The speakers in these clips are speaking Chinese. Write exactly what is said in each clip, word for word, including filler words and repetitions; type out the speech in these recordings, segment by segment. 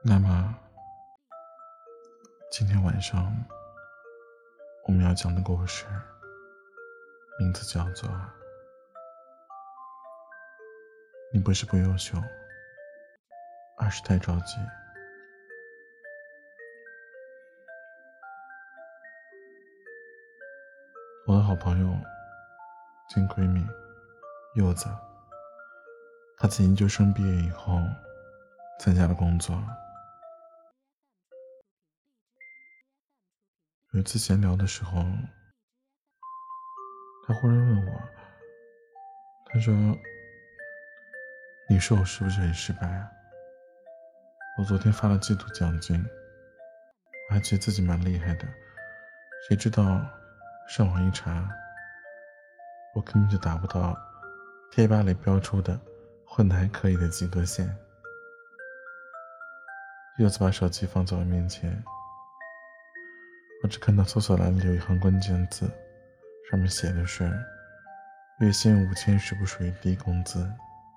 那么今天晚上我们要讲的故事名字叫做你不是不优秀，而是太着急。我的好朋友兼闺蜜柚子，她在研究生毕业以后参加了工作。有一次闲聊的时候，她忽然问我，她说，你说我是不是很失败啊？我昨天发了季度奖金，我还觉得自己蛮厉害的，谁知道上网一查，我根本就达不到贴吧里标出的混得还可以的及格线。柚子把手机放在我面前，我只看到搜索栏里有一行关键字，上面写的是月薪五千是不属于低工资。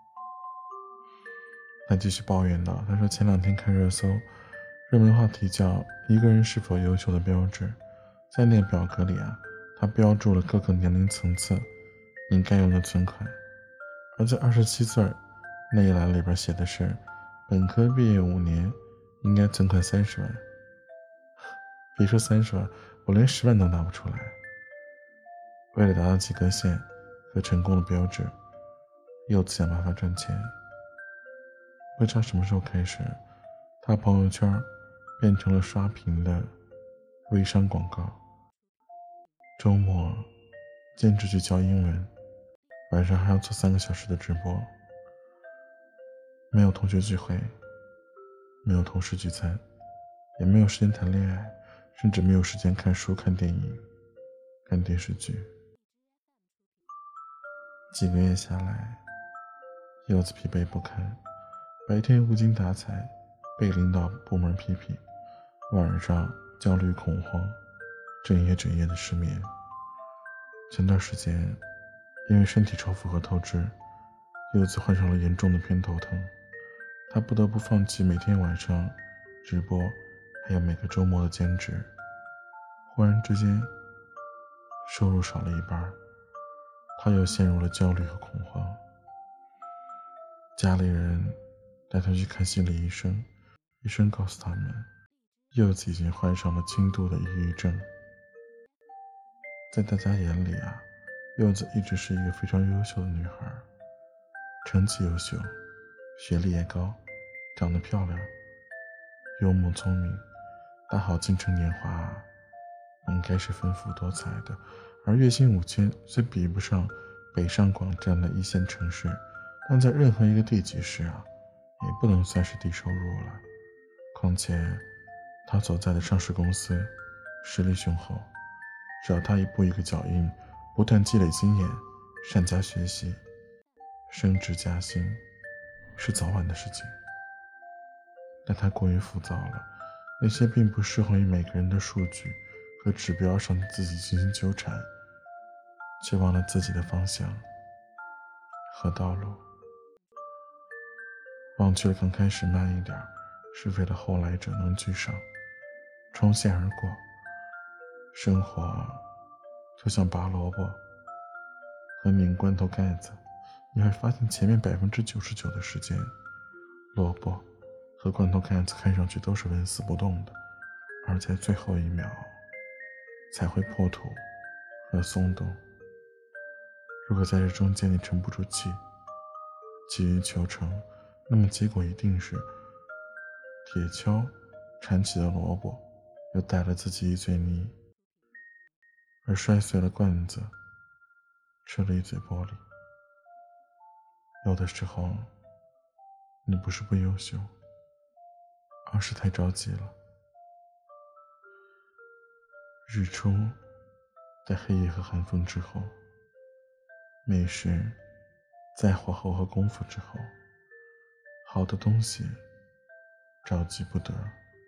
他继续抱怨道，他说前两天看热搜，热门话题叫一个人是否优秀的标志，在那个表格里啊，他标注了各个年龄层次应该用的存款，而在二十七岁那一栏里边写的是本科毕业五年应该存款三十万。别说三十万，我连十万都拿不出来。为了达到及格线和成功的标志，柚子想办法赚钱。不知道什么时候开始，他朋友圈变成了刷屏的微商广告。周末兼职去教英文，晚上还要做三个小时的直播。没有同学聚会，没有同事聚餐，也没有时间谈恋爱，甚至没有时间看书、看电影、看电视剧。几个月下来，柚子疲惫不堪，白天无精打采，被领导部门批评，晚上焦虑恐慌，整夜整夜的失眠。前段时间因为身体超负荷透支，柚子患上了严重的偏头疼，他不得不放弃每天晚上直播还有每个周末的兼职。忽然之间收入少了一半，他又陷入了焦虑和恐慌。家里人带他去看心理医生，医生告诉他们，柚子已经患上了轻度的抑郁症。在大家眼里啊，柚子一直是一个非常优秀的女孩，成绩优秀，学历也高，长得漂亮，幽默聪明，大好青春年华应该是丰富多彩的。而月薪五千虽比不上北上广这样的一线城市，但在任何一个地级市啊，也不能算是低收入了。况且他所在的上市公司实力雄厚，只要他一步一个脚印，不断积累经验，善加学习，升职加薪是早晚的事情。但他过于浮躁了，那些并不适合于每个人的数据和指标上自己进行纠缠，却忘了自己的方向和道路。忘却了刚开始慢一点，是为了后来者能居上，冲线而过。生活就像拔萝卜和拧罐头盖子，你会发现前面 百分之九十九 的时间，萝卜和罐头盖子看上去都是纹丝不动的，而在最后一秒才会破土和松动。如果在这中间你沉不住气，急于求成，那么结果一定是铁锹铲起了萝卜，又带了自己一嘴泥，而摔碎了罐子，吃了一嘴玻璃。有的时候你不是不优秀，而是太着急了。日出在黑夜和寒风之后，美食在火候和功夫之后，好的东西着急不得。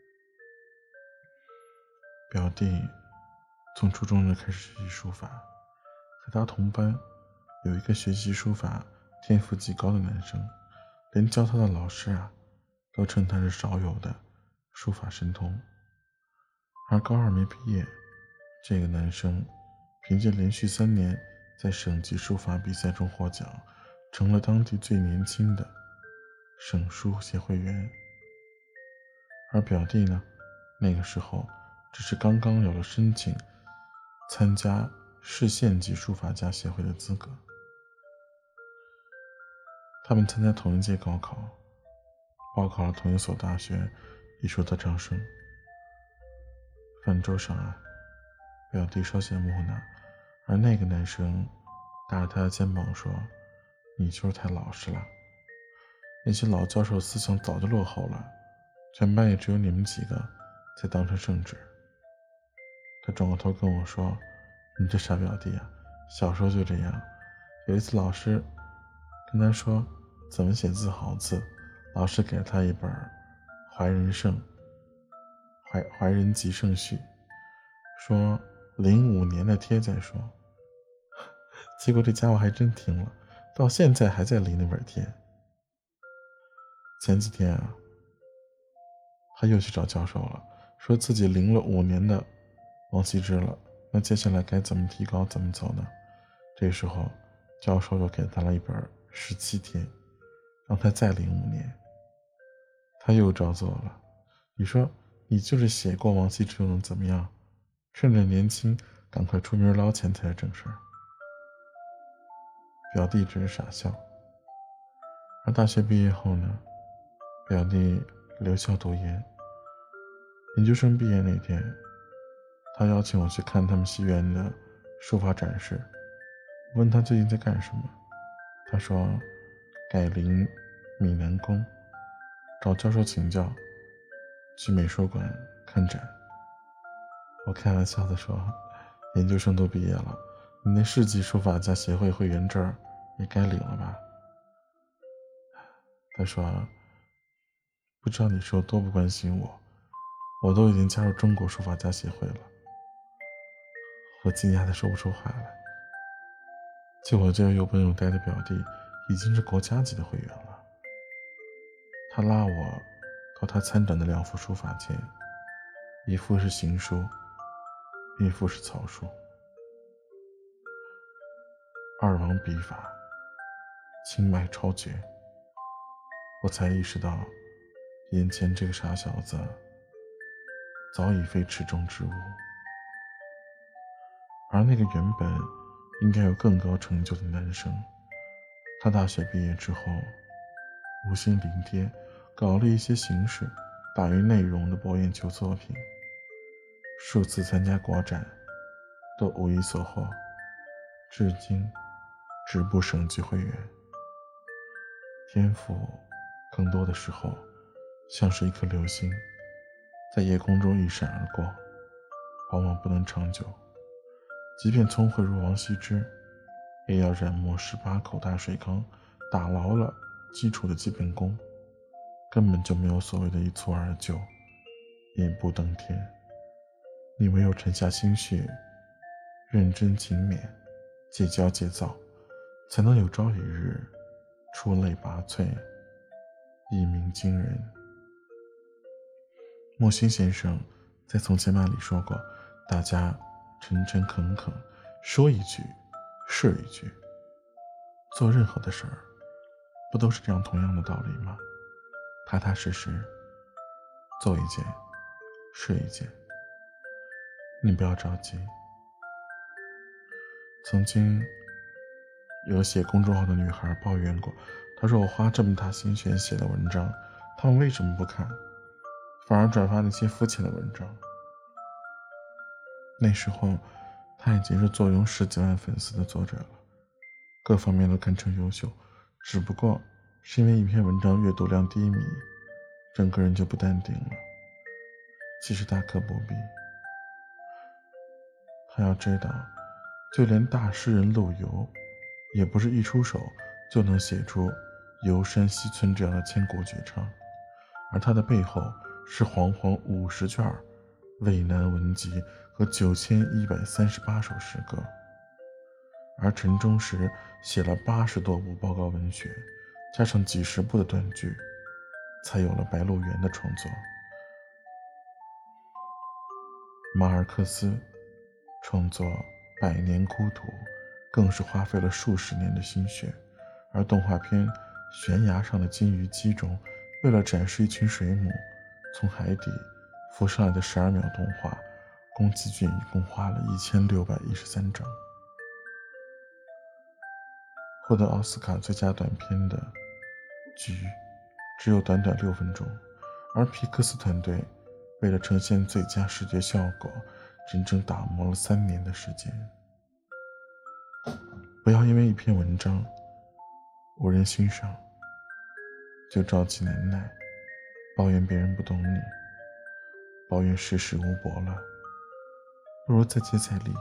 表弟从初中就开始学习书法，和他同班有一个学习书法天赋极高的男生，连教他的老师啊都称他是少有的书法神通。而高二没毕业，这个男生凭借连续三年在省级书法比赛中获奖，成了当地最年轻的省书协会员。而表弟呢，那个时候只是刚刚有了申请参加市县级书法家协会的资格。他们参加同一届高考，报考了同一所大学，一说到招生，饭桌上啊，表弟稍显木讷，而那个男生搭着他的肩膀说：“你就是太老实了，那些老教授思想早就落后了，全班也只有你们几个才当成圣旨。”他转过头跟我说：“你这傻表弟啊，小时候就这样。有一次老师跟他说怎么写字好字，老师给了他一本怀仁圣怀怀仁集圣序，说零五年的帖再说。结果这家伙还真听了，到现在还在领那本帖。前几天啊，他又去找教授了，说自己领了五年的王羲之了，那接下来该怎么提高，怎么走呢？这时候教授又给他了一本十七帖，让他再领五年。他又照做了。你说你就是写过王羲之又能怎么样？趁着年轻赶快出名捞钱才是正事儿。表弟只是傻笑。而大学毕业后呢，表弟留校读研。研究生毕业那天，他邀请我去看他们西园的书法展示，问他最近在干什么。他说改临闽南宫，找教授请教，去美术馆看展。我开玩笑地说，研究生都毕业了，你那市级书法家协会会员证也该领了吧？他说不知道你是有多不关心我，我都已经加入中国书法家协会了。我惊讶的说不出话来。就我这个有本有代的表弟已经是国家级的会员了。他拉我到他参展的两幅书法前，一幅是行书，一幅是草书。二王笔法清迈超绝，我才意识到眼前这个傻小子早已非池中之物。而那个原本应该有更高成就的男生，他大学毕业之后无心临帖，搞了一些形式大于内容的博研究作品，数次参加国展都无一所获，至今止步省级会员。天赋更多的时候像是一颗流星，在夜空中一闪而过，往往不能长久。即便聪慧如王羲之，也要染墨十八口大水缸，打牢了基础的基本功，根本就没有所谓的一蹴而就，一步登天。你唯有沉下心血，认真勤勉，戒骄戒躁，才能有朝一日出类拔萃，一鸣惊人。莫心先生在《从前慢》里说过，大家诚诚恳恳，说一句是一句，做任何的事儿不都是这样同样的道理吗？踏踏实实做一件是一件，你不要着急。曾经有写公众号的女孩抱怨过，她说我花这么大心血写的文章，他们为什么不看，反而转发那些肤浅的文章。那时候他已经是坐拥十几万粉丝的作者了，各方面都堪称优秀，只不过是因为一篇文章阅读量低迷，整个人就不淡定了。其实大可不必。他要知道，就连大诗人陆游也不是一出手就能写出游山西村这样的千古绝唱，而他的背后是煌煌五十卷渭南文集和九千一百三十八首诗歌。而陈忠实写了八十多部报告文学，加上几十部的短剧，才有了《白鹿原》的创作。 马尔克斯创作《百年孤独》更是花费了数十年的心血，而动画片《悬崖上的金鱼姬》中，为了展示一群水母从海底浮上来的十二秒动画，宫崎骏一共花了一千六百一十三张。获得奥斯卡最佳短片的《菊》只有短短六分钟，而皮克斯团队为了呈现最佳视觉效果，整整打磨了三年的时间。不要因为一篇文章无人欣赏就着急难耐，抱怨别人不懂你，抱怨世事无博了，不如再接再厉，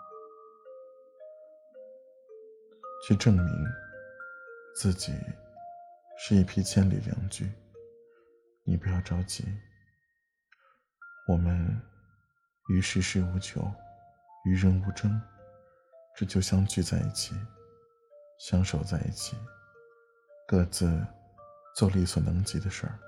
去证明自己是一匹千里良驹。你不要着急，我们与世事无求，与人无争，只就相聚在一起，相守在一起，各自做力所能及的事儿。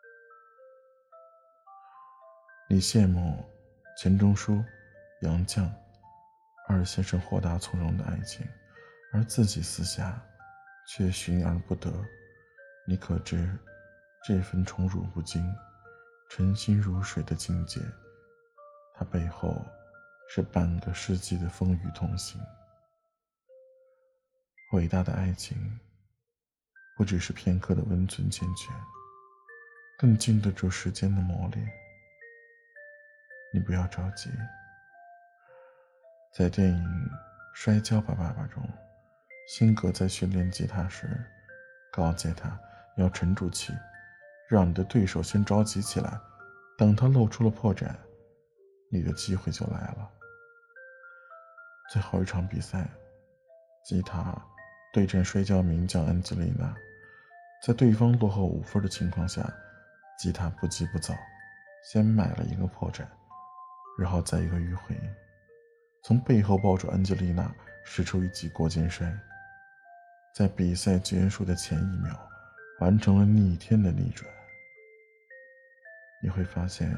你羡慕钱钟书、杨绛二先生豁达从容的爱情，而自己私下却寻而不得。你可知这份宠辱不惊、沉心如水的境界，它背后是半个世纪的风雨同行。伟大的爱情不只是片刻的温存缱绻，更经得住时间的磨练。你不要着急。在电影《摔跤吧，爸爸》中，辛格在训练吉他时告诫他要沉住气，让你的对手先着急起来，等他露出了破绽，你的机会就来了。最后一场比赛，吉他对战摔跤名将安吉丽娜，在对方落后五分的情况下，吉他不急不躁，先买了一个破绽，然后再一个迂回，从背后抱住安吉丽娜，使出一记过肩摔，在比赛结束的前一秒完成了逆天的逆转。你会发现，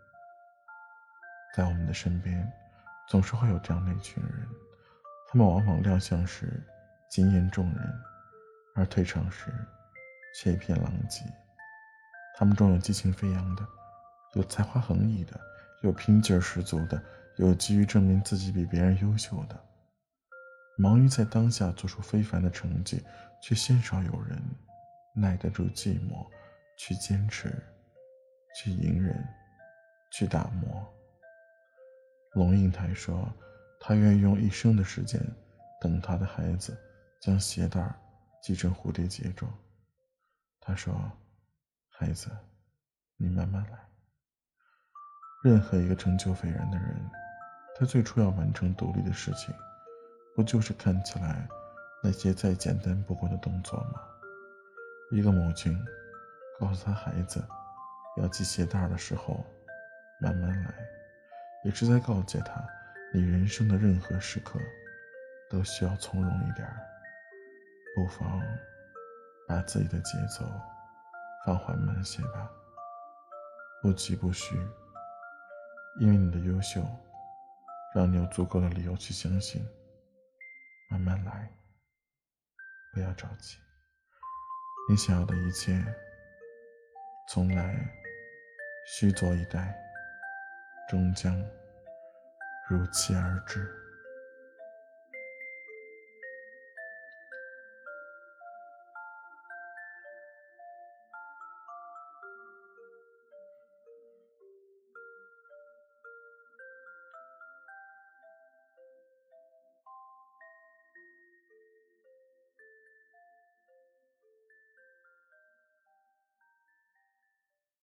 在我们的身边总是会有这样的一群人，他们往往亮相时惊艳众人，而退场时却一片狼藉。他们中有激情飞扬的，有才华横溢的，有拼劲十足的，有急于证明自己比别人优秀的。忙于在当下做出非凡的成绩，却鲜少有人耐得住寂寞，去坚持，去隐忍，去打磨。龙应台说，他愿意用一生的时间等他的孩子将鞋带系成蝴蝶结状。他说，孩子，你慢慢来。任何一个成就斐然的人，他最初要完成独立的事情，不就是看起来那些再简单不过的动作吗？一个母亲告诉他孩子要系鞋带的时候慢慢来，也是在告诫他，你人生的任何时刻都需要从容一点，不妨把自己的节奏放缓慢些吧，不急不徐，因为你的优秀让你有足够的理由去相信。慢慢来，不要着急，你想要的一切从来须作以待，终将如期而至。